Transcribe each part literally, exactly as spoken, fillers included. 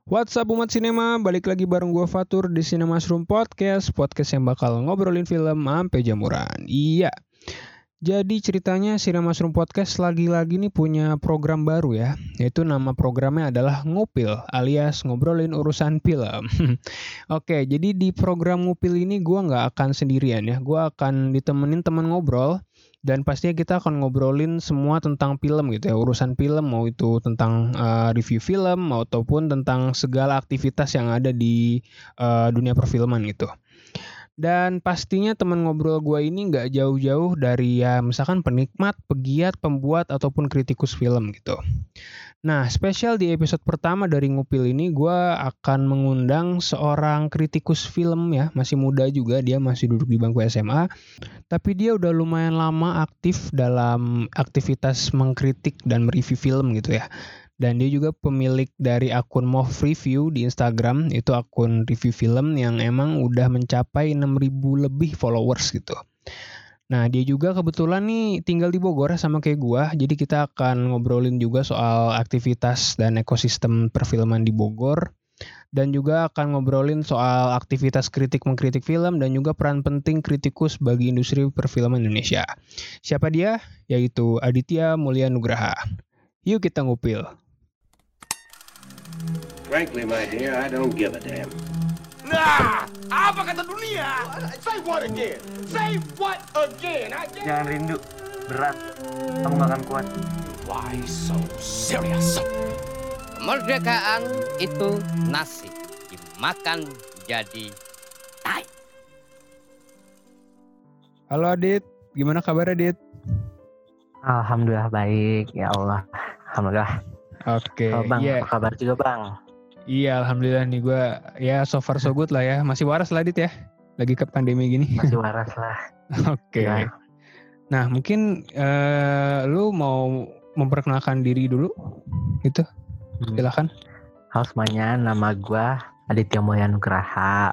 What's up umat sinema, balik lagi bareng gue Fatur di Cinemasroom Podcast, podcast yang bakal ngobrolin film sampai jamuran. Iya. Jadi ceritanya Cinemasroom Podcast lagi-lagi nih punya program baru ya, yaitu nama programnya adalah Ngupil alias ngobrolin urusan film. Oke, jadi di program Ngupil ini gue nggak akan sendirian ya, gue akan ditemenin teman ngobrol. Dan pastinya kita akan ngobrolin semua tentang film gitu ya, urusan film, mau itu tentang uh, review film ataupun tentang segala aktivitas yang ada di uh, dunia perfilman gitu. Dan pastinya teman ngobrol gue ini nggak jauh-jauh dari ya misalkan penikmat, pegiat, pembuat ataupun kritikus film gitu. Nah, spesial di episode pertama dari Ngupil ini gue akan mengundang seorang kritikus film ya, masih muda juga, dia masih duduk di bangku S M A. Tapi dia udah lumayan lama aktif dalam aktivitas mengkritik dan mereview film gitu ya. Dan dia juga pemilik dari akun Mov Review di Instagram, itu akun review film yang emang udah mencapai enam ribu lebih followers gitu. Nah, dia juga kebetulan nih tinggal di Bogor sama kayak gua, jadi kita akan ngobrolin juga soal aktivitas dan ekosistem perfilman di Bogor. Dan juga akan ngobrolin soal aktivitas kritik mengkritik film dan juga peran penting kritikus bagi industri perfilman Indonesia. Siapa dia? Yaitu Aditya Mulya Nugraha. Yuk kita ngupil. Frankly, my dear, I don't give a damn. Nah, apa kata dunia? Say what again? Say what again? I guess. Jangan rindu, berat, kamu gak akan kuat. Why so serious? Kemerdekaan itu nasi, dimakan jadi tai. Halo Adit, gimana kabar Adit? Alhamdulillah baik, ya Allah. Alhamdulillah. Oke, oh, Bang, yeah. Apa kabar juga Bang? Iya, alhamdulillah nih gue ya so far so good lah ya. Masih waras lah Adit ya, lagi ke pandemi gini. Masih waras lah. Oke. Ya. Nah mungkin uh, lu mau memperkenalkan diri dulu, gitu? Silakan. Halo semuanya, nama gue Aditya Mulya Nugraha.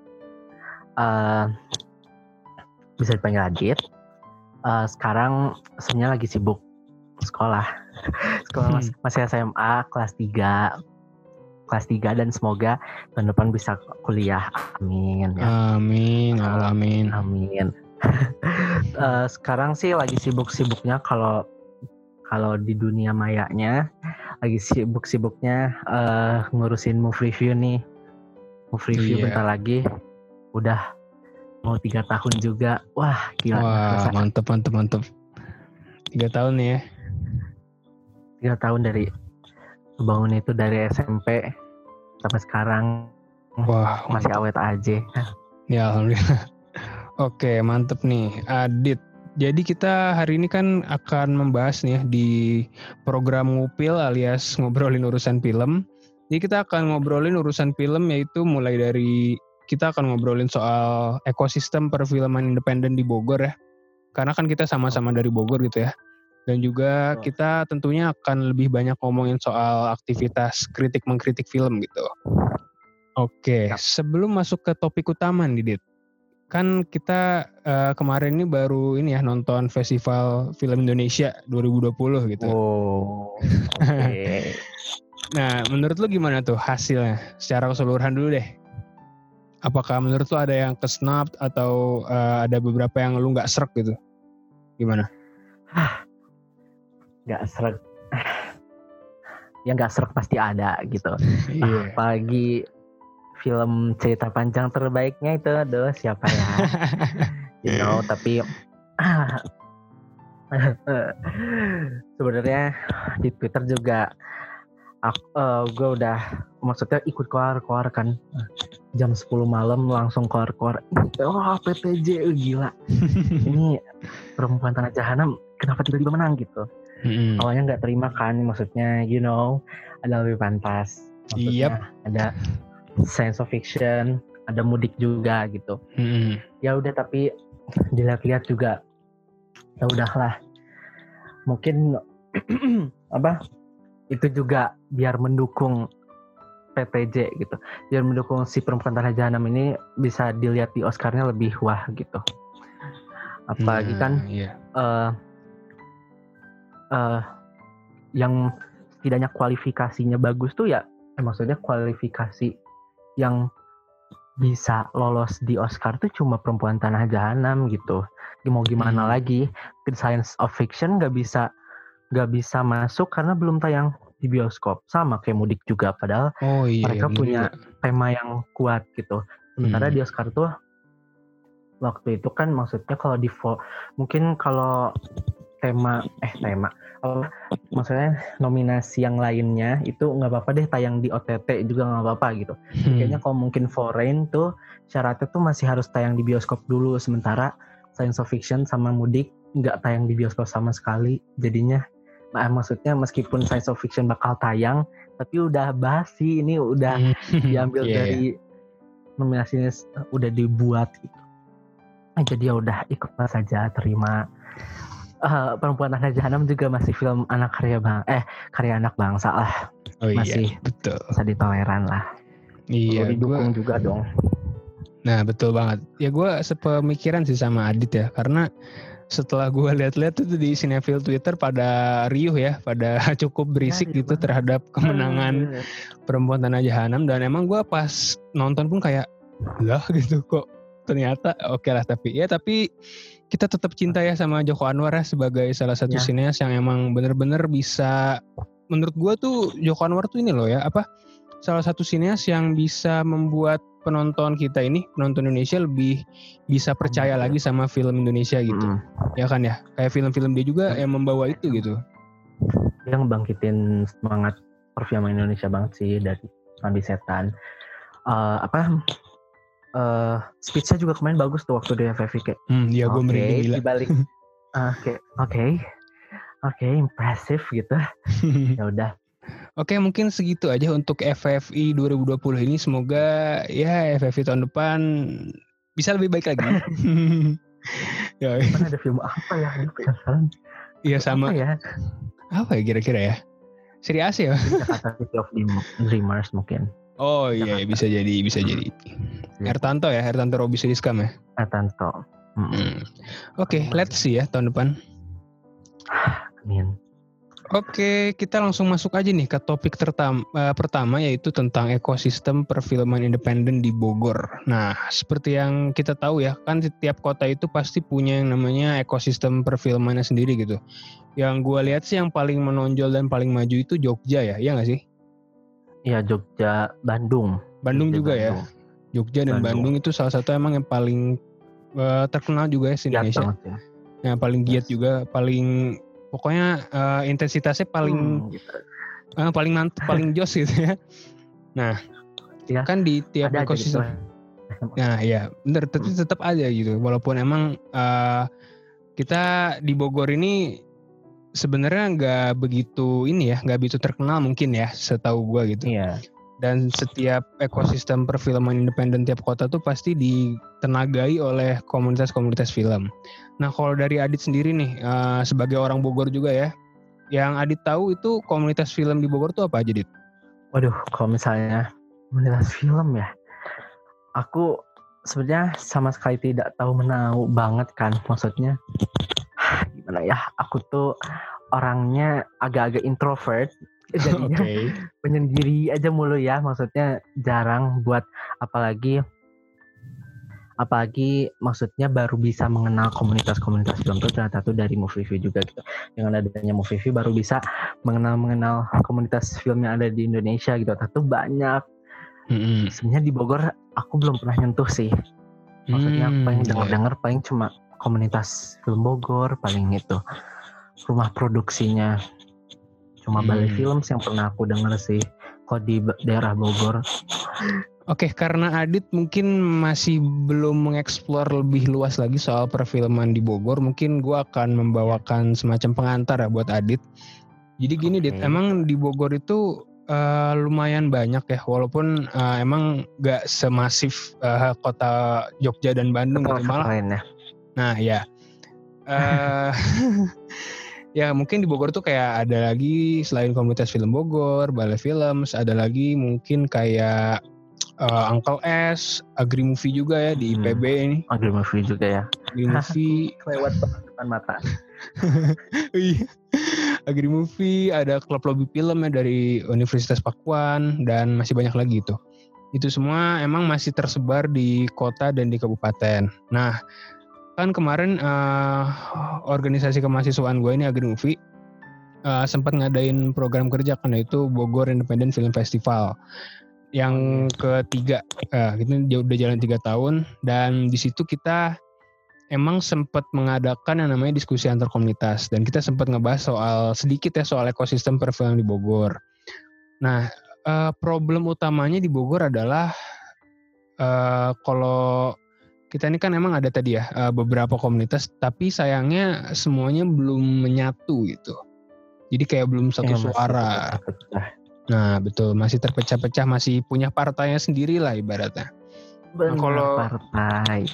Uh, bisa dipanggil Adit. Uh, sekarang sebenarnya lagi sibuk sekolah. Sekolah mas- masih S M A kelas tiga. Kelas tiga dan semoga tahun depan bisa kuliah. Amin. Ya. Amin. Uh, amin. Amin. uh, sekarang sih lagi sibuk-sibuknya kalau kalau di dunia mayanya lagi sibuk-sibuknya uh, ngurusin Move Review nih. Move Review yeah. Bentar lagi udah mau tiga tahun juga. Wah gila. Wah mantep mantep mantep. Tiga tahun nih ya. Tiga tahun dari bangun itu dari S M P sampai sekarang. Wah masih awet aja. Ya alhamdulillah. Oke mantep nih Adit. Jadi kita hari ini kan akan membahas nih ya di program Ngupil alias ngobrolin urusan film. Jadi kita akan ngobrolin urusan film yaitu mulai dari kita akan ngobrolin soal ekosistem perfilman independen di Bogor ya. Karena kan kita sama-sama dari Bogor gitu ya. Dan juga kita tentunya akan lebih banyak ngomongin soal aktivitas kritik mengkritik film gitu. Oke, sebelum masuk ke topik utama nih Dit. Kan kita uh, kemarin ini baru ini ya nonton Festival Film Indonesia dua ribu dua puluh gitu. Oh. Okay. Nah, menurut lu gimana tuh hasilnya? Secara keseluruhan dulu deh. Apakah menurut lu ada yang kesnap atau uh, ada beberapa yang lu nggak srek gitu? Gimana? Nggak srek. Yang nggak srek pasti ada gitu. Yeah. Apalagi film cerita panjang terbaiknya itu aduh siapa ya? You know, tapi sebenarnya di Twitter juga aku, uh, gue udah maksudnya ikut keluar-keluar kan jam sepuluh malam langsung keluar-keluar. Wah, P P J gila. Ini Perempuan Tanah Jahanam kenapa tiba-tiba menang gitu. Mm-hmm. Awalnya nggak terima kan, maksudnya you know ada lebih pantas. Maksudnya yep. Ada science fiction, ada mudik juga gitu. Mm-hmm. Ya udah tapi dilihat-lihat juga ya udahlah. Mungkin apa? Itu juga biar mendukung P T J gitu. Biar mendukung si Perempuan Tanah Jahanam ini bisa dilihat di Oscar-nya lebih wah gitu. Apalagi kan yeah. uh, uh, yang setidaknya kualifikasinya bagus tuh ya eh, maksudnya kualifikasi yang bisa lolos di Oscar tuh cuma Perempuan Tanah Jahanam gitu. Mau gimana Hmm. lagi? Science of Fiction nggak bisa nggak bisa masuk karena belum tayang di bioskop. Sama kayak Mudik juga, padahal Oh iya, mereka bener punya juga. tema yang kuat gitu. Sementara Hmm. di Oscar tuh waktu itu kan maksudnya kalau di vo- mungkin kalau tema eh tema apa maksudnya nominasi yang lainnya itu nggak apa-apa deh tayang di O T T juga nggak apa-apa gitu. Hmm. Kayaknya kalau mungkin foreign tuh syaratnya tuh masih harus tayang di bioskop dulu, sementara Science of Fiction sama Mudik nggak tayang di bioskop sama sekali. Jadinya nah, maksudnya meskipun Science of Fiction bakal tayang tapi udah basi, ini udah Hmm. diambil Iya, dari nominasinya s- udah dibuat gitu. Nah, jadi ya udah ikhlas saja, terima. Eh, Perempuan Tanah Jahanam juga masih film anak karya bang eh karya anak bangsa lah, Oh iya, masih betul. bisa ditoleran lah. Iya, Perlu didukung gue. juga dong. Nah betul banget. Ya gue sepemikiran sih sama Adit ya, karena setelah gue lihat-lihat itu di Cinefil Twitter pada riuh ya, pada cukup berisik Ya, gitu banget. terhadap kemenangan Eh, Perempuan Tanah Jahanam, dan emang gue pas nonton pun kayak lah gitu kok ternyata oke lah, tapi ya tapi kita tetap cinta ya sama Joko Anwar ya sebagai salah satu Ya. sineas yang emang bener-bener bisa, menurut gue tuh Joko Anwar tuh ini loh ya apa salah satu sineas yang bisa membuat penonton kita ini, penonton Indonesia lebih bisa percaya betul. lagi sama film Indonesia gitu. mm, Ya kan ya, kayak film-film dia juga yang membawa itu gitu. Dia ngebangkitin semangat perfilman Indonesia banget sih dari Nabi Setan. Eh, apa eh speech-nya juga kemarin bagus tuh waktu di F F I kayak Hmm, ya gue oke, merinding gila. dibalik oke oke oke impressive gitu. Ya udah. Oke, mungkin segitu aja untuk F F I dua ribu dua puluh ini. Semoga ya F F I tahun depan bisa lebih baik lagi. Ya, Mana ada film apa ya? Aduh, penasaran. iya sama. Apa ya? Apa ya kira-kira ya? Seri A sih ya? Jakarta City of Dreamers mungkin. Oh iya, Jakarta. bisa jadi, bisa jadi. Ertanto ya, Ertanto Robi Sudiskam ya. Ertanto. Mm-mm. Hmm. Oke, let's see ya tahun depan. Amin. Oke, kita langsung masuk aja nih ke topik tertam, eh, pertama yaitu tentang ekosistem perfilman independen di Bogor. Nah, seperti yang kita tahu ya, kan setiap kota itu pasti punya yang namanya ekosistem perfilmannya sendiri gitu. Yang gue lihat sih yang paling menonjol dan paling maju itu Jogja ya, iya nggak sih? Iya, Jogja, Bandung. Bandung Jogja, juga ya. Bandung. Jogja dan Bandung. Bandung itu salah satu emang yang paling eh, terkenal juga ya di Giat Indonesia. banget ya. Yang paling giat Yes. juga, paling pokoknya eh, intensitasnya paling Hmm, gitu. eh, paling mantap, paling jos gitu ya. Nah, Ya, kan di tiap ada aja gitu. ekosistem. Nah, ya, bener, tapi Hmm. tetap ada gitu. Walaupun emang eh, kita di Bogor ini sebenarnya nggak begitu ini ya, nggak begitu terkenal mungkin ya, setahu gua gitu. Iya. Dan setiap ekosistem perfilman independen tiap kota tuh pasti ditenagai oleh komunitas-komunitas film. Nah, kalau dari Adit sendiri nih, eh, sebagai orang Bogor juga ya, yang Adit tahu itu komunitas film di Bogor tuh apa aja, Dit? Waduh, kalau misalnya komunitas film ya, aku sebenarnya sama sekali tidak tahu menau banget kan, maksudnya gimana ya, aku tuh orangnya agak-agak introvert, jadinya Oke. menyendiri aja mulu ya, maksudnya jarang buat apalagi apalagi maksudnya baru bisa mengenal komunitas-komunitas film tuh ternyata tuh dari Movie View juga gitu. Dengan adanya Movie View baru bisa mengenal mengenal komunitas film yang ada di Indonesia gitu. Ternyata tuh banyak. Mm-mm. Sebenarnya di Bogor aku belum pernah nyentuh sih. Maksudnya Hmm, paling iya. dengar-dengar paling cuma komunitas film Bogor, paling itu rumah produksinya cuma Hmm. Balai Films yang pernah aku dengar sih. Kalau di ba- daerah Bogor Oke, karena Adit mungkin masih belum mengeksplor lebih luas lagi soal perfilman di Bogor, mungkin gue akan membawakan semacam pengantar ya buat Adit. Jadi gini, Oke. Dit, emang di Bogor itu uh, lumayan banyak ya, walaupun uh, emang gak semasif uh, kota Jogja dan Bandung gitu, kota malah. lainnya. Nah ya, uh, ya mungkin di Bogor tuh kayak ada lagi selain komunitas film Bogor, Balai Films, ada lagi mungkin kayak uh, Uncle S, Agri Movie juga ya di I P B ini. Agri Movie juga ya. Agri Movie, Lewat banget depan mata. iya. Agri Movie, ada klub lobby film ya dari Universitas Pakuan, dan masih banyak lagi itu. Itu semua emang masih tersebar di kota dan di kabupaten. Nah, kan kemarin uh, organisasi kemahasiswaan gue ini Agri Movie uh, sempat ngadain program kerja kan, yaitu Bogor Independent Film Festival yang ketiga. Uh, itu udah jalan tiga tahun, dan di situ kita emang sempat mengadakan yang namanya diskusi antar komunitas, dan kita sempat ngebahas soal sedikit ya soal ekosistem perfilman di Bogor. Nah, uh, problem utamanya di Bogor adalah uh, kalau kita ini kan emang ada tadi ya uh, beberapa komunitas, tapi sayangnya semuanya belum menyatu gitu. Jadi kayak belum satu ya, suara. Nah, betul, masih terpecah-pecah, masih punya partainya sendiri lah ibaratnya. Benar, nah, kalau partai.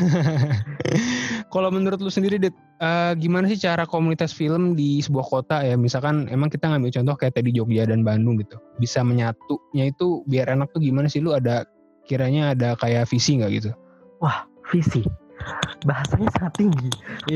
Kalau menurut lu sendiri, Dit, uh, gimana sih cara komunitas film di sebuah kota ya? Misalkan emang kita ngambil contoh kayak tadi Jogja dan Bandung gitu, bisa menyatunya itu biar enak tuh gimana sih? Lu ada kiranya ada kayak visi nggak gitu? Wah, visi. Bahasanya sangat tinggi.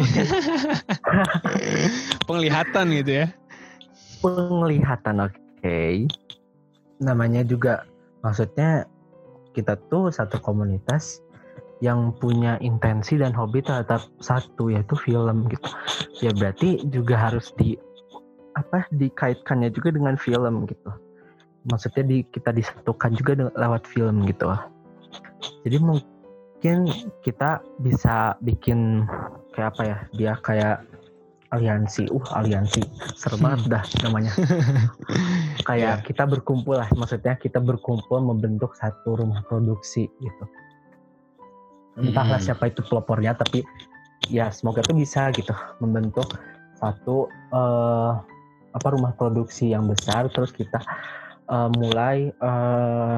Penglihatan gitu ya? Penglihatan, oke. Okay. Namanya juga, maksudnya kita tuh satu komunitas yang punya intensi dan hobi terhadap satu, yaitu film gitu. Ya berarti juga harus di apa dikaitkannya juga dengan film gitu. Maksudnya di, kita disatukan juga dengan, lewat film gitu. Jadi mungkin kita bisa bikin kayak apa ya? Dia kayak aliansi, uh aliansi, serem banget dah namanya. Kayak yeah. Kita berkumpul lah, maksudnya kita berkumpul membentuk satu rumah produksi gitu. Entahlah hmm. siapa itu pelopornya, tapi ya semoga tuh bisa gitu membentuk satu uh, apa rumah produksi yang besar, terus kita uh, mulai uh,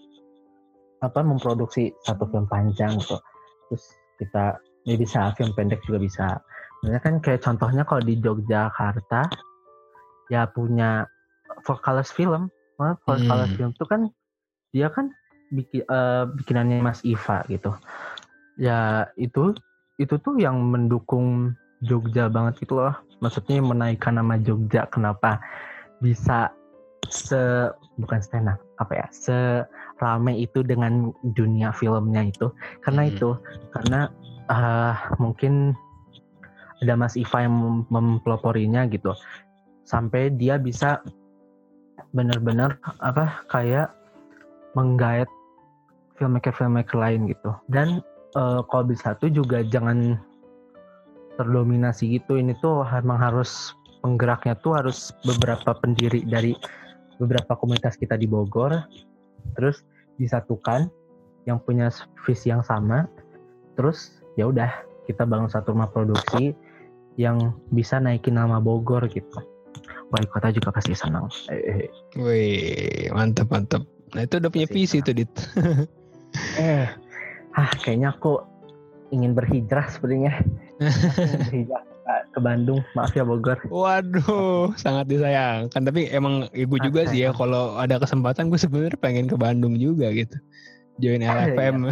apa memproduksi satu film panjang gitu. Terus kita ya bisa film pendek juga bisa. Sebenarnya kan kayak contohnya kalau di Yogyakarta ya punya Vokalis Film. Nah, Vokalis hmm. Film itu kan dia kan bikin uh, bikinannya Mas Iva gitu. Ya itu itu tuh yang mendukung Jogja banget gitu loh. Maksudnya menaikkan nama Jogja. Kenapa bisa se bukan stand up apa ya serame itu dengan dunia filmnya itu? Karena hmm. itu karena uh, mungkin ada Mas Iva yang mempeloporinya gitu, sampai dia bisa benar-benar apa kayak menggait filmmaker-filmmaker lain gitu. Dan uh, kalau bisa tuh juga jangan terdominasi gitu. Ini tuh memang harus penggeraknya tuh harus beberapa pendiri dari beberapa komunitas kita di Bogor, terus disatukan yang punya visi yang sama, terus ya udah kita bangun satu rumah produksi yang bisa naikin nama Bogor gitu. Wali kota juga pasti senang. Eh, Wih, mantap mantap. Nah itu udah punya visi tuh, Dit. eh, ah kayaknya aku ingin berhijrah sebenarnya. Berhijrah ke Bandung, maaf ya Bogor. Waduh, sangat disayangkan. Tapi emang gue juga sih ya, kalau ada kesempatan gue sebenarnya pengen ke Bandung juga gitu. Join L F M.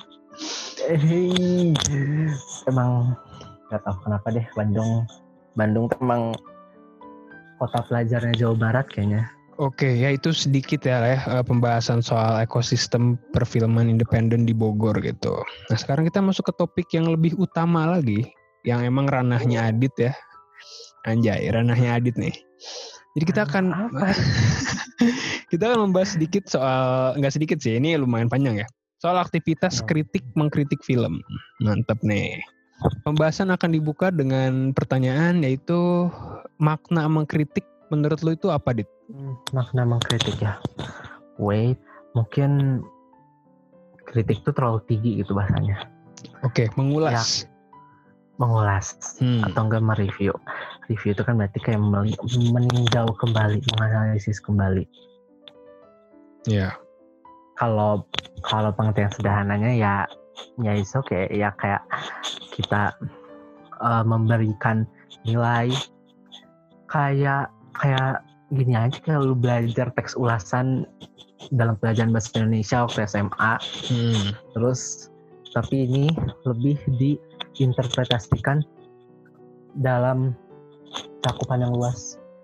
Eh, emang nggak tahu kenapa deh Bandung. Bandung tuh emang kota pelajarnya Jawa Barat kayaknya. Oke, ya itu sedikit ya ya pembahasan soal ekosistem perfilman independen di Bogor gitu. Nah sekarang kita masuk ke topik yang lebih utama lagi, yang emang ranahnya Adit ya. Anjay, ranahnya Adit nih. Jadi kita akan kita akan membahas sedikit soal, nggak sedikit sih, ini lumayan panjang ya. Soal aktivitas kritik mengkritik film. Mantap nih. Pembahasan akan dibuka dengan pertanyaan, yaitu makna mengkritik menurut lu itu apa, Dit? Hmm, makna mengkritik ya. Wait, mungkin kritik itu terlalu tinggi gitu bahasanya. Oke, mengulas. Ya, mengulas hmm. atau enggak mereview. Review itu kan berarti kayak meninjau kembali, menganalisis kembali. Iya. Yeah. Kalau kalau pengertian sederhananya ya ya is oke okay. Ya kayak kita uh, memberikan nilai kayak kayak gini aja, kayak lu belajar teks ulasan dalam pelajaran bahasa Indonesia waktu S M A. Hmm. Terus tapi ini lebih diinterpretasikan dalam cakupan yang luas.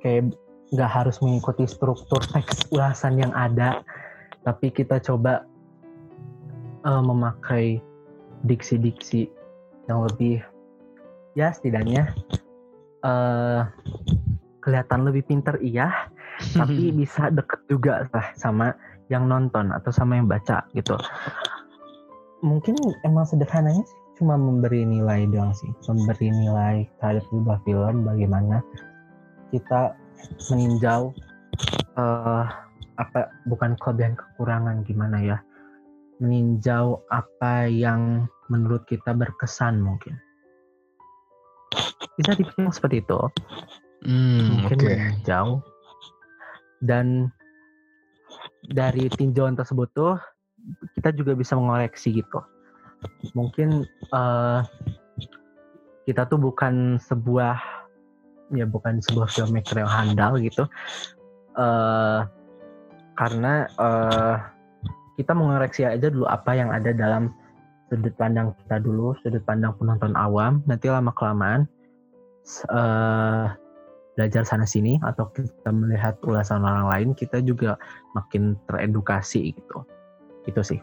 kayak nggak harus mengikuti struktur teks ulasan yang ada, tapi kita coba uh, memakai diksi-diksi yang lebih, ya setidaknya uh, kelihatan lebih pinter iya, tapi bisa deket juga lah sama yang nonton atau sama yang baca gitu. Mungkin emang sederhananya sih cuma memberi nilai doang sih, memberi nilai terhadap sebuah film, bagaimana kita meninjau uh, apa bukan kelebihan kekurangan gimana ya, meninjau apa yang menurut kita berkesan mungkin. Bisa dibilang seperti itu. Hmm, mungkin okay. meninjau, dan dari tinjauan tersebut tuh kita juga bisa mengoreksi gitu. Mungkin uh, kita tuh bukan sebuah ya bukan sebuah filmmaker yang handal gitu, uh, karena uh, kita mengoreksi aja dulu apa yang ada dalam sudut pandang kita dulu, sudut pandang penonton awam. Nanti lama kelamaan uh, belajar sana sini atau kita melihat ulasan orang lain, kita juga makin teredukasi gitu. Itu sih.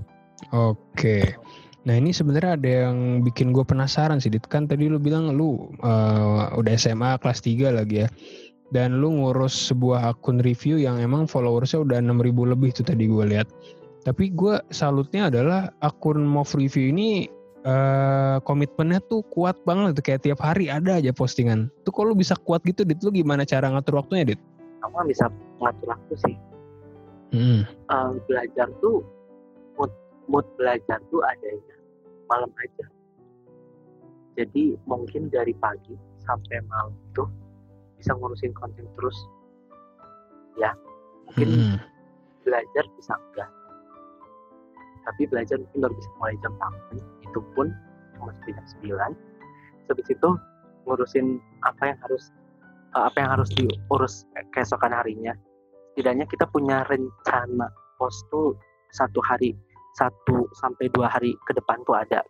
Oke. Nah ini sebenarnya ada yang bikin gue penasaran sih, Dit. Kan tadi lu bilang lu uh, udah S M A kelas tiga lagi ya. Dan lu ngurus sebuah akun review yang emang followersnya udah enam ribu lebih tuh tadi gue lihat. Tapi gue salutnya adalah akun Mov Review ini Uh, komitmennya tuh kuat banget tuh, kayak tiap hari ada aja postingan. Tuh kalau lu bisa kuat gitu, Dit, lu gimana cara ngatur waktunya, Dit? Aku gak bisa ngatur waktu sih. Hmm. Uh, belajar tuh mood, mood belajar tuh adanya malam aja. Jadi mungkin dari pagi sampai malam tuh bisa ngurusin konten terus. Ya, mungkin hmm. belajar bisa enggak. Tapi belajar mungkin baru bisa mulai jam delapan, itu pun cuma sampai jam sembilan. Habis itu ngurusin apa yang harus uh, apa yang harus diurus keesokan harinya. Setidaknya kita punya rencana pos tuh satu hari, satu sampai dua hari ke depan tuh ada.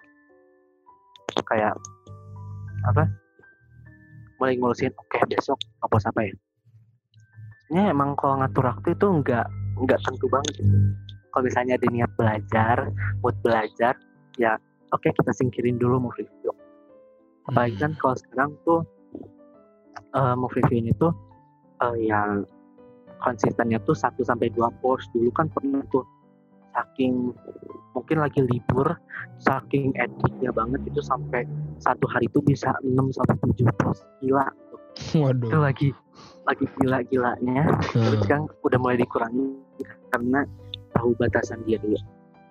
Kayak apa? Mulai ngurusin, oke okay, besok nge-post apa ya? Sebenarnya emang kalau ngatur waktu itu nggak nggak tentu banget gitu. Kalau misalnya ada niat belajar, mood belajar, ya oke okay, kita singkirin dulu Mov Review. Apalagi kan kalau sekarang tuh uh, Mov Review ini tuh uh, yang konsistennya tuh satu sampai dua post. Dulu kan pernah tuh saking mungkin lagi libur, saking editnya banget itu sampai satu hari itu bisa enam sampai tujuh post. Gila tuh. Waduh. Itu lagi lagi gila-gilanya. Hmm. Terus kan udah mulai dikurangi karena tahu batasan dia dulu.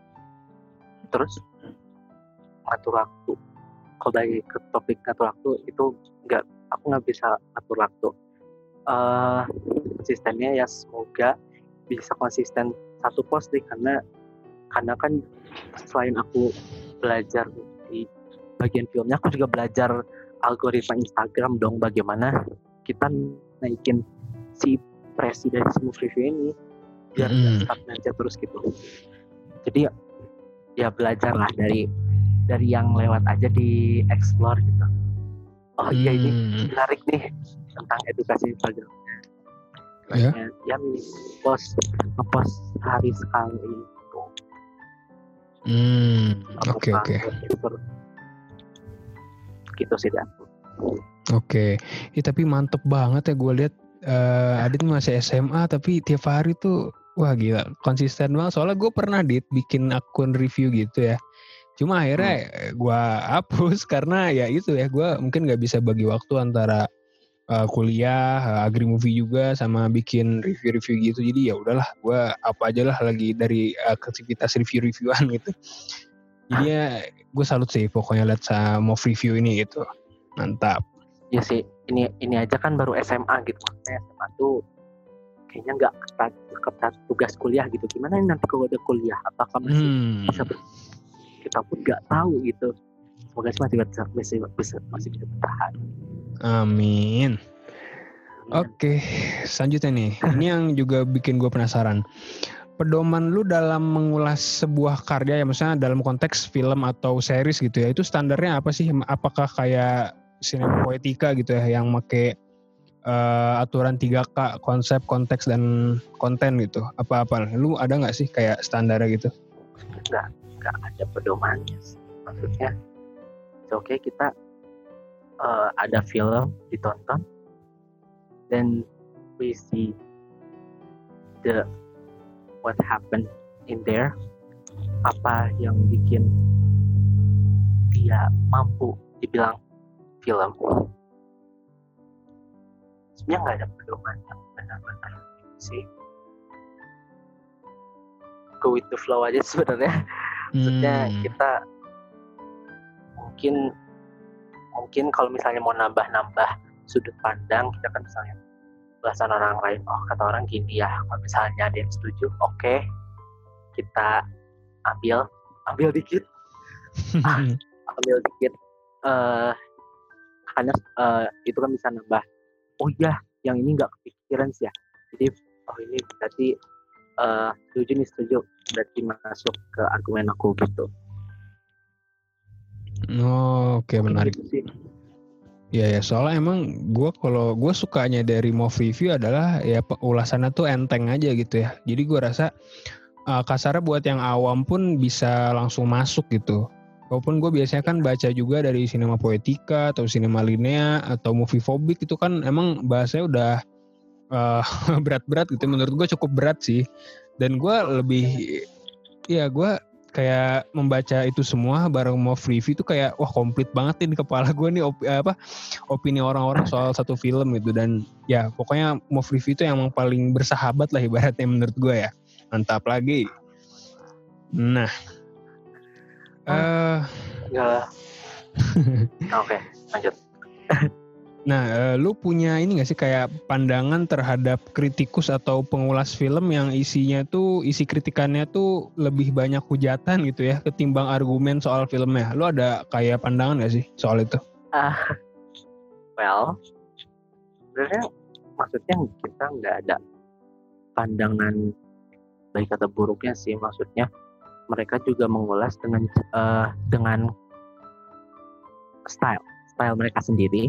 Terus ngatur waktu. Kalau balik ke topik ngatur waktu itu nggak, aku nggak bisa ngatur waktu. Uh, konsistennya ya semoga bisa konsisten satu post deh, karena karena kan selain aku belajar di bagian filmnya, aku juga belajar algoritma Instagram dong, bagaimana kita naikin si presi dari Mov Review ini biar mm. tetap belajar terus gitu. Jadi ya belajarlah dari dari yang lewat aja, di explore gitu. Oh iya mm. ini menarik nih tentang edukasi Instagramnya. Yeah. Ya post ngepost hari sekali itu. Hmm. Oke oke. Gitu sih dan. Oke. Okay. Ya, tapi mantep banget ya gue lihat. Uh, Adit masih S M A tapi tiap hari tuh wah gila konsisten banget. Soalnya gue pernah Dit bikin akun review gitu ya, cuma akhirnya hmm. gue hapus karena ya itu ya, gue mungkin gak bisa bagi waktu antara uh, kuliah, uh, agri movie juga sama bikin review-review gitu. Jadi ya udahlah, gue apa aja lah lagi dari uh, aktivitas review-reviewan gitu. Jadi ya gue salut sih pokoknya lihat sama review ini gitu, mantap. Ya sih, ini ini aja kan baru S M A gitu. Maksudnya S M A tuh kayaknya nggak ketat, ketat tugas kuliah gitu. Gimana nanti kalau udah kuliah, apakah masih hmm. bisa ber... kita pun nggak tahu gitu. Semoga masih bisa masih bisa masih bisa bertahan. Amin. Ya. Oke, selanjutnya nih. Ini yang juga bikin gue penasaran. Pedoman lu dalam mengulas sebuah karya ya, misalnya dalam konteks film atau series gitu ya, itu standarnya apa sih? Apakah kayak Cinema Poetica gitu ya, yang make uh, aturan tiga K, konsep, konteks, dan konten gitu? Apa-apa? Lu ada nggak sih kayak standarnya gitu? Nggak, nggak ada pedomannya sih. Maksudnya, oke okay, kita uh, ada film ditonton, then we see the what happened in there, apa yang bikin dia mampu dibilang film. Sebenarnya nggak ada pedoman yang benar-benar sih, go with the flow aja sebenarnya. Maksudnya Hmm. kita mungkin mungkin kalau misalnya mau nambah-nambah sudut pandang, kita kan misalnya belasan orang lain, oh kata orang gini ya, kalau misalnya ada yang setuju, oke okay, kita ambil ambil dikit ambil dikit uh, karena uh, itu kan bisa nambah, oh iya yang ini nggak kepikiran sih ya, jadi oh ini berarti uh, setuju nih setuju berarti masuk ke argumen aku gitu. Oh, oke okay, menarik. Gitu sih. Ya ya, soalnya emang gue kalau gue sukanya dari Mov Review adalah ya ulasannya tuh enteng aja gitu ya. Jadi gue rasa uh, kasarnya buat yang awam pun bisa langsung masuk gitu. Walaupun gue biasanya kan baca juga dari Cinema Poetica atau Cinema Linea atau Movie Phobic, itu kan emang bahasanya udah uh, berat-berat gitu. Menurut gue cukup berat sih. Dan gue lebih, ya gue kayak membaca itu semua bareng Mov Review itu kayak wah komplit banget nih di kepala gue nih op, apa opini orang-orang soal satu film gitu. Dan ya pokoknya Mov Review itu yang paling bersahabat lah ibaratnya menurut gue ya. Mantap lagi. Nah uh, ya oke lanjut. Nah, uh, lu punya ini gak sih kayak pandangan terhadap kritikus atau pengulas film yang isinya tuh, isi kritikannya tuh lebih banyak hujatan gitu ya ketimbang argumen soal filmnya. Lu ada kayak pandangan gak sih soal itu? Ah, uh, well, sebenarnya maksudnya kita nggak ada pandangan baik atau buruknya sih. Maksudnya mereka juga mengulas dengan uh, dengan style style mereka sendiri.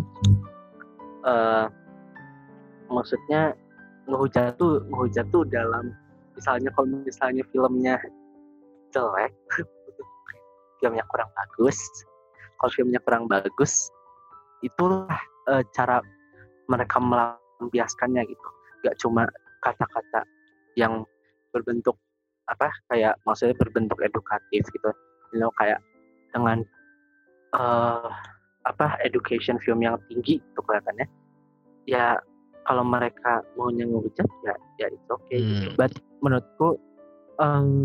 Uh, maksudnya ngehujat tuh ngehujat tuh dalam misalnya kalau misalnya filmnya jelek, filmnya kurang bagus, kalau filmnya kurang bagus, itulah uh, cara mereka melampiaskannya gitu. Gak cuma kata-kata yang berbentuk apa kayak maksudnya berbentuk edukatif gitu, you know, kayak dengan uh, apa education film yang tinggi itu kelihatannya. Ya kalau mereka maunya ngehujat ya ya it's okay. Hmm. But menurutku um,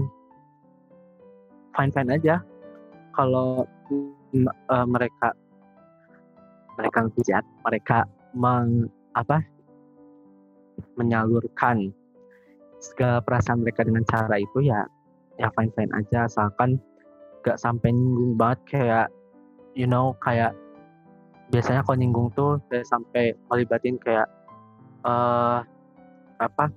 fine-fine aja kalau uh, mereka mereka ngehujat, mereka meng, apa menyalurkan segala perasaan mereka dengan cara itu, ya ya fine-fine aja asalkan gak sampai nyinggung banget kayak you know kayak biasanya kalau nyinggung tuh kayak sampai melibatin kayak uh, apa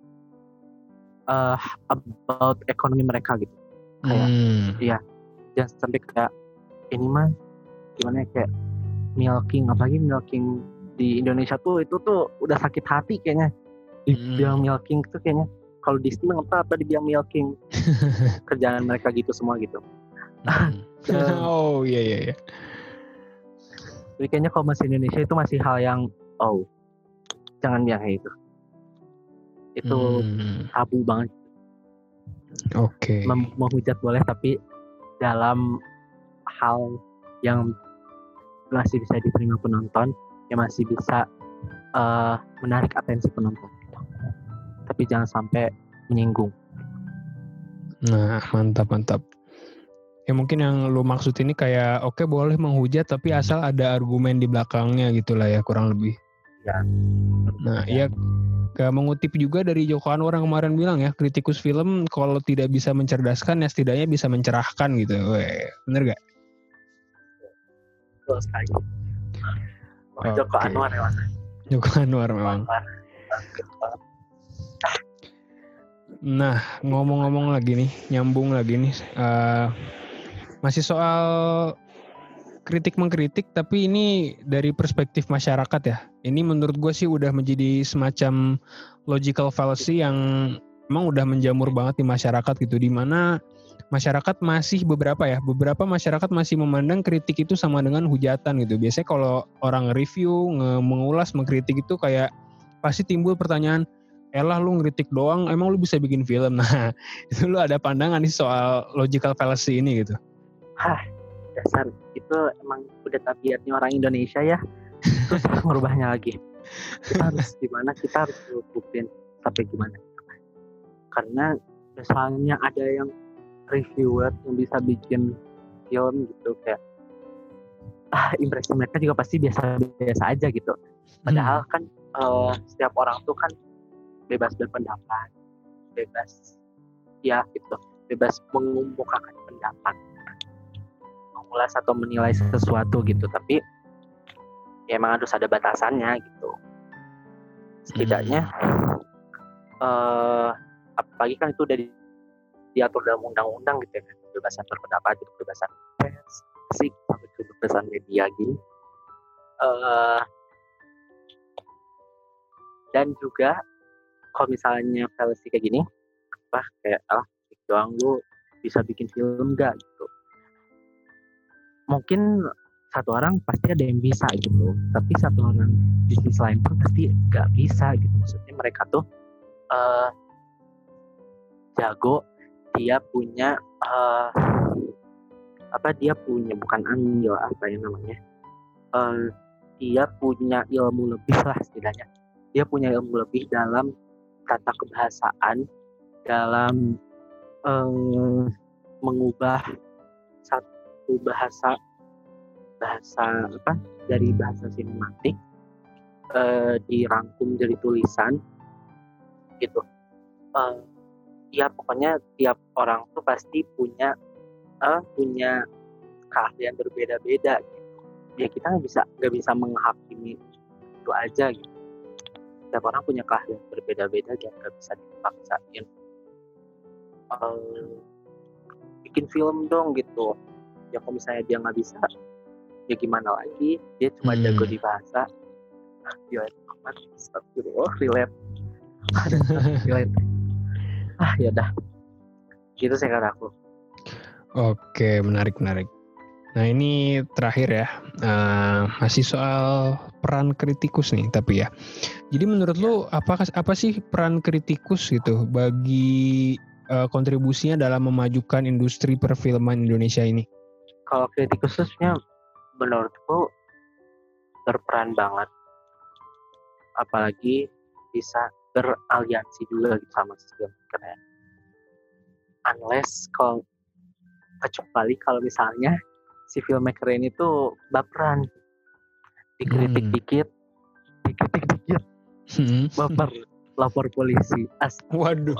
uh, about ekonomi mereka gitu kayak hmm. ya jangan sampai kayak ini mah gimana ya, kayak milking, apalagi milking di Indonesia tuh itu tuh udah sakit hati kayaknya dibilang hmm. milking tuh kayaknya kalau di sini entah apa dibilang milking kerjaan mereka gitu semua gitu. hmm. Oh iya iya iya. Jadi kayaknya kalau masih Indonesia itu masih hal yang oh jangan bilang kayak gitu. Itu hmm. tabu banget. Oke. Okay. Mem- menghujat boleh tapi dalam hal yang masih bisa diterima penonton, yang masih bisa uh, menarik atensi penonton. Tapi jangan sampai menyinggung. Nah, mantap mantap. Ya mungkin yang lu maksud ini kayak oke okay, boleh menghujat tapi asal ada argumen di belakangnya gitulah ya kurang lebih. Ya. Nah, ya Gak mengutip juga dari Joko Anwar yang kemarin bilang ya, kritikus film kalau tidak bisa mencerdaskan ya setidaknya bisa mencerahkan gitu. Weh, bener gak? Betul sekali. Oh, Joko okay. Anwar ya mas. Joko Anwar memang. Nah, ngomong-ngomong lagi nih, nyambung lagi nih, uh, masih soal kritik mengkritik, tapi ini dari perspektif masyarakat ya. Ini menurut gue sih udah menjadi semacam logical fallacy yang emang udah menjamur banget di masyarakat gitu, di mana masyarakat masih beberapa ya, beberapa masyarakat masih memandang kritik itu sama dengan hujatan gitu. Biasanya kalau orang review, nge- mengulas, mengkritik itu kayak pasti timbul pertanyaan, elah lu ngeritik doang, emang lu bisa bikin film? Nah, itu lu ada pandangan nih soal logical fallacy ini gitu? Hah, dasar itu emang udah tabiatnya orang Indonesia ya. Terus merubahnya lagi. Kita harus gimana? Kita harus buktiin sampai gimana? Karena misalnya ada yang reviewer yang bisa bikin film gitu kayak ah impresi mereka juga pasti biasa-biasa aja gitu. Padahal hmm. kan uh, setiap orang tuh kan bebas berpendapat, bebas ya gitu, bebas mengemukakan pendapat, mengulas atau menilai sesuatu gitu. Tapi ya emang harus ada batasannya gitu. Setidaknya hmm. uh, apalagi kan itu udah di, diatur dalam undang-undang gitu ya, kebebasan berpendapat, gitu, kebebasan pers, sih, kebebasan media gini. Uh, dan juga kalau misalnya fallacy kayak gini, apa kayak ah doang lu bisa bikin film nggak gitu. Mungkin satu orang pasti ada yang bisa gitu, tapi satu orang di sisi lain pun pasti nggak bisa gitu. Maksudnya mereka tuh uh, jago, dia punya uh, apa dia punya bukan andil apa yang namanya uh, dia punya ilmu lebih lah setidaknya, dia punya ilmu lebih dalam tata kebahasaan, dalam um, mengubah satu bahasa bahasa apa dari bahasa sinematik uh, dirangkum jadi tulisan gitu. Uh, ya pokoknya tiap orang tuh pasti punya uh, punya keahlian berbeda-beda gitu. Ya kita nggak bisa nggak bisa menghakimi itu aja gitu. Tiap orang punya keahlian berbeda-beda dan nggak bisa dipaksain. Uh, bikin film dong gitu. Ya kalau misalnya dia nggak bisa, ya gimana lagi? Dia cuma hmm. jago di bahasa. Ya amat, astagfirullah, relate. relate. Ah ya dah, gitu sih kata aku. Oke, menarik menarik. Nah ini terakhir ya, uh, masih soal peran kritikus nih tapi ya. Jadi menurut lu apa apa sih peran kritikus gitu bagi uh, kontribusinya dalam memajukan industri perfilman Indonesia ini? Kalau kritikus sebenarnya menurutku berperan banget, apalagi bisa beraliansi juga gitu sama si filmmaker ya. Unless kalau kecuali kalau misalnya si filmmaker ini tuh baperan, dikritik hmm. dikit, dikritik dikit, hmm. baper, lapor polisi. As. Waduh.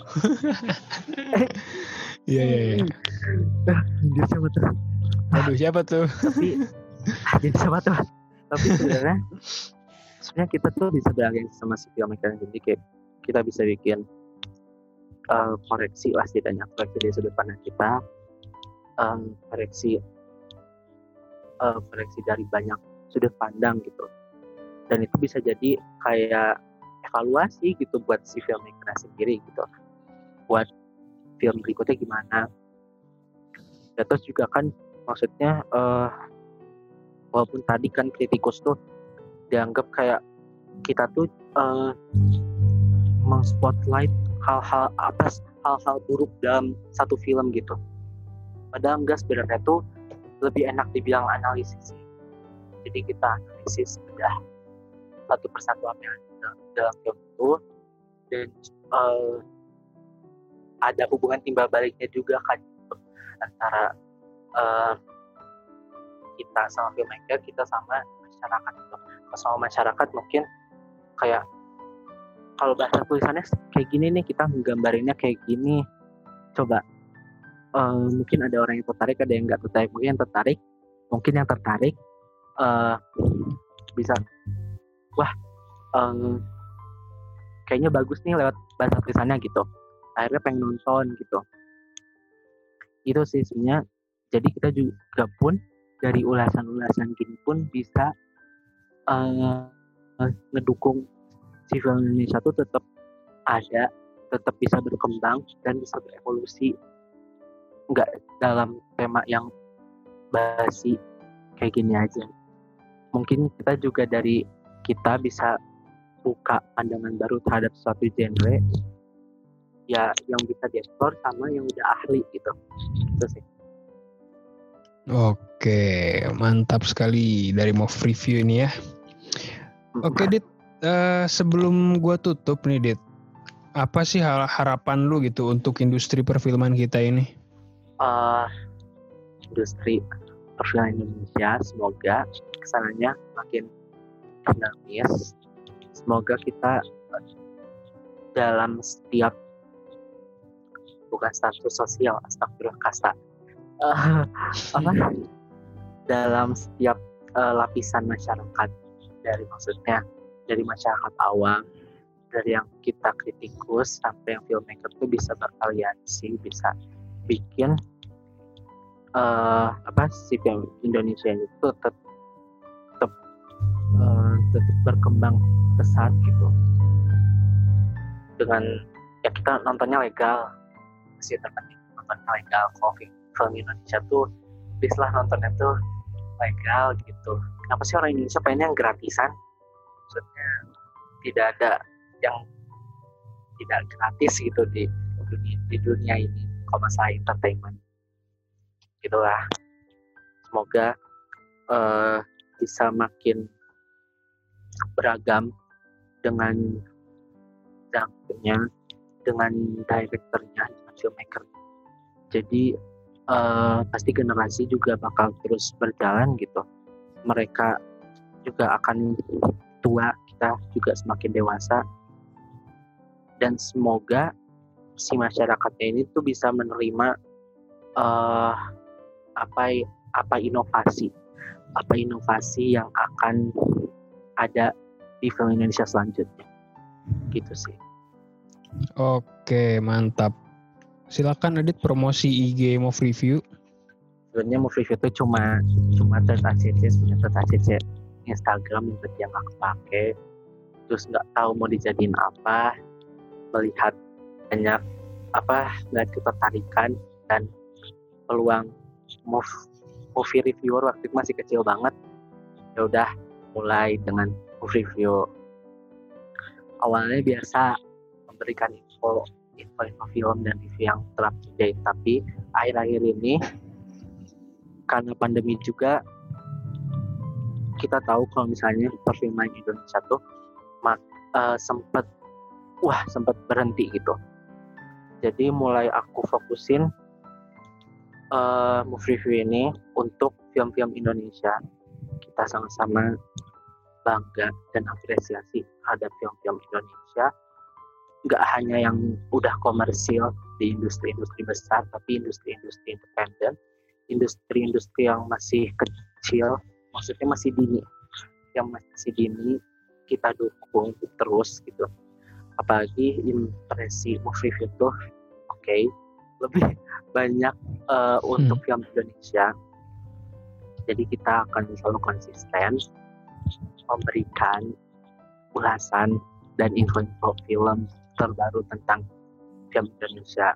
Iya iya iya. Dia siapa tuh? Waduh siapa tuh? Tapi dia siapa tuh? Tapi sebenarnya sebenarnya kita tuh bisa beraliansi sama si filmmaker, jadi kayak kita bisa bikin uh, koreksi lah setidaknya, koreksi dari sudut pandang kita, um, koreksi uh, koreksi dari banyak sudut pandang gitu, dan itu bisa jadi kayak evaluasi gitu buat si filmmaker sendiri gitu, buat film berikutnya gimana. Dan terus juga kan maksudnya uh, walaupun tadi kan kritikus tuh dianggap kayak kita tuh uh, meng-spotlight hal-hal atas hal-hal buruk dalam satu film gitu. Padahal enggak, sebenarnya tuh lebih enak dibilang analisis. Jadi kita analisis udah satu persatu apa yang ada dalam film itu, dan uh, ada hubungan timbal baliknya juga kan gitu, antara uh, kita sama filmmaker, kita sama masyarakat gitu. Sama masyarakat mungkin kayak kalau bahasa tulisannya kayak gini nih, kita menggambarinnya kayak gini. Coba uh, mungkin ada orang yang tertarik, ada yang nggak tertarik. Mungkin yang tertarik, mungkin yang tertarik uh, bisa, wah um, kayaknya bagus nih lewat bahasa tulisannya gitu. Akhirnya pengen nonton gitu. Itu sih sebenarnya. Jadi kita juga pun dari ulasan-ulasan gini pun bisa uh, ngedukung si film Indonesia tuh tetap ada, tetap bisa berkembang dan bisa berevolusi, nggak dalam tema yang basi kayak gini aja. Mungkin kita juga dari kita bisa buka pandangan baru terhadap suatu genre ya yang bisa dieksplor sama yang udah ahli gitu. Itu sih. Oke, mantap sekali dari Move Review ini ya. Oke Dit, uh, sebelum gua tutup nih Dit, apa sih harapan lu gitu untuk industri perfilman kita ini? Uh, industri perfilman Indonesia semoga kesananya makin dinamis. Semoga kita dalam setiap bukan status sosial, astagfirullah kasta, uh, apa dalam setiap uh, lapisan masyarakat, dari maksudnya dari masyarakat awam, dari yang kita kritikus sampai yang filmmaker tuh bisa bervariasi, bisa bikin uh, apa sih film Indonesia itu tetap tetap uh, tetap berkembang pesat gitu. Dengan ya kita nontonnya legal, masih terpenting nontonnya legal. Kalau film Indonesia tuh please lah nontonnya tuh legal gitu. Kenapa sih orang Indonesia pengennya yang gratisan? Maksudnya tidak ada yang tidak gratis gitu di dunia, di dunia ini kalau masalah entertainment gitulah. Semoga uh, bisa makin beragam dengan genre-nya, dengan directornya, dengan filmmaker. Jadi uh, pasti generasi juga bakal terus berjalan gitu. Mereka juga akan tua, kita juga semakin dewasa. Dan semoga si masyarakatnya ini tuh bisa menerima uh, apa apa inovasi, apa inovasi yang akan ada di film Indonesia selanjutnya. Gitu sih. Oke, mantap. Silakan Adit promosi I G Move Review. Sebenarnya Move Review itu cuma cuma tet A C C, punya tet A C C Instagram yang dia nggak kepake, terus nggak tahu mau dijadiin apa, melihat banyak apa nggak ketertarikan dan peluang move movie reviewer waktu itu masih kecil banget. Ya udah mulai dengan Move Review. Awalnya biasa memberikan info info film dan review yang terupdate, tapi akhir-akhir ini karena pandemi juga kita tahu kalau misalnya perfilman Indonesia tuh mak, uh, sempat wah sempat berhenti gitu. Jadi mulai aku fokusin uh, Move Review ini untuk film-film Indonesia. Kita sama-sama bangga dan apresiasi terhadap film-film Indonesia. Nggak hanya yang udah komersil di industri-industri besar, tapi industri-industri independen, industri-industri yang masih kecil, maksudnya masih dini, yang masih dini kita dukung terus gitu. Apalagi impresi Move Review tuh oke okay, lebih banyak uh, untuk hmm. film Indonesia. Jadi kita akan selalu konsisten memberikan ulasan dan info-info film terbaru tentang film Indonesia.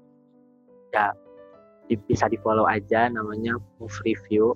Ya di, bisa di follow aja, namanya Move Review.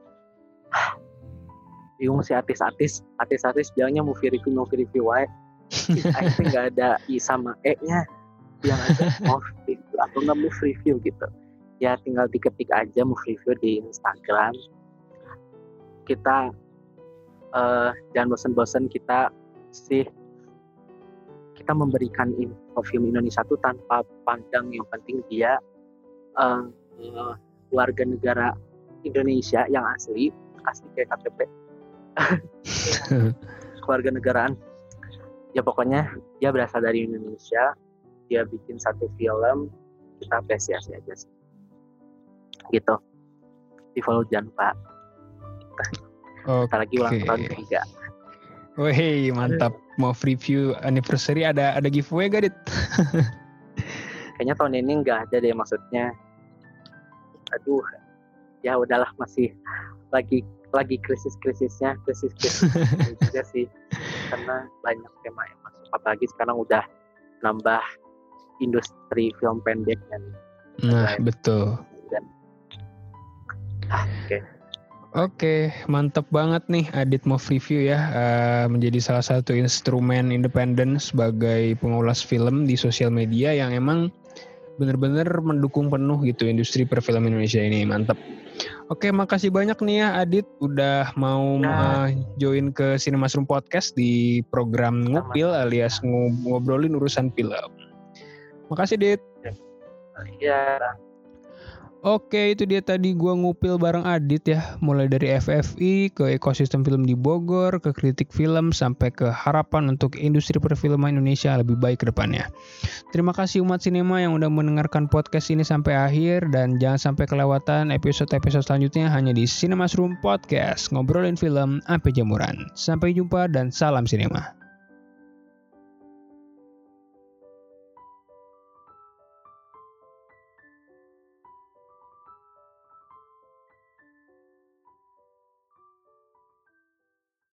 Bingung sih artis-artis, artis-artis bilangnya movie review, movie review wae. I think nggak ada I sama E-nya, yang ada Move Review atau nggak Move Review gitu. Ya tinggal diketik aja Move Review di Instagram. Kita uh, jangan bosan-bosan kita sih kita memberikan info film Indonesia tuh tanpa pandang, yang penting dia uh, uh, warga negara Indonesia yang asli, asli kayak K T P. Keluarga negaraan. Ya pokoknya dia berasal dari Indonesia, dia bikin satu film, kita apresiasi aja sih. Gitu. Di follow jangan lupa. Kita lagi ulang tahun ketiga. Wih, mantap. Mau review anniversary ada ada giveaway gak, Dit? Kayaknya tahun ini nggak ada deh, maksudnya. Aduh, ya udahlah, masih lagi lagi krisis-krisisnya, krisis-krisis juga sih, karena banyak tema yang masuk. Apalagi sekarang udah nambah industri film pendek kan. Nah, betul. Dan, ah, oke. Okay. Oke, mantap banget nih Adit Move Review ya, uh, menjadi salah satu instrumen independen sebagai pengulas film di sosial media yang emang benar-benar mendukung penuh gitu industri perfilman Indonesia ini, mantap. Oke, makasih banyak nih ya Adit udah mau nah. uh, join ke Cinemasroom Podcast di program Ngupil alias ngobrolin urusan film. Makasih Dit. Iya. Oke, itu dia tadi gua ngupil bareng Adit ya, mulai dari F F I ke ekosistem film di Bogor, ke kritik film, sampai ke harapan untuk industri perfilman Indonesia lebih baik ke depannya. Terima kasih umat sinema yang udah mendengarkan podcast ini sampai akhir, dan jangan sampai kelewatan episode-episode selanjutnya hanya di Cinemasroom Podcast, ngobrolin film sampai jamuran. Sampai jumpa dan salam sinema.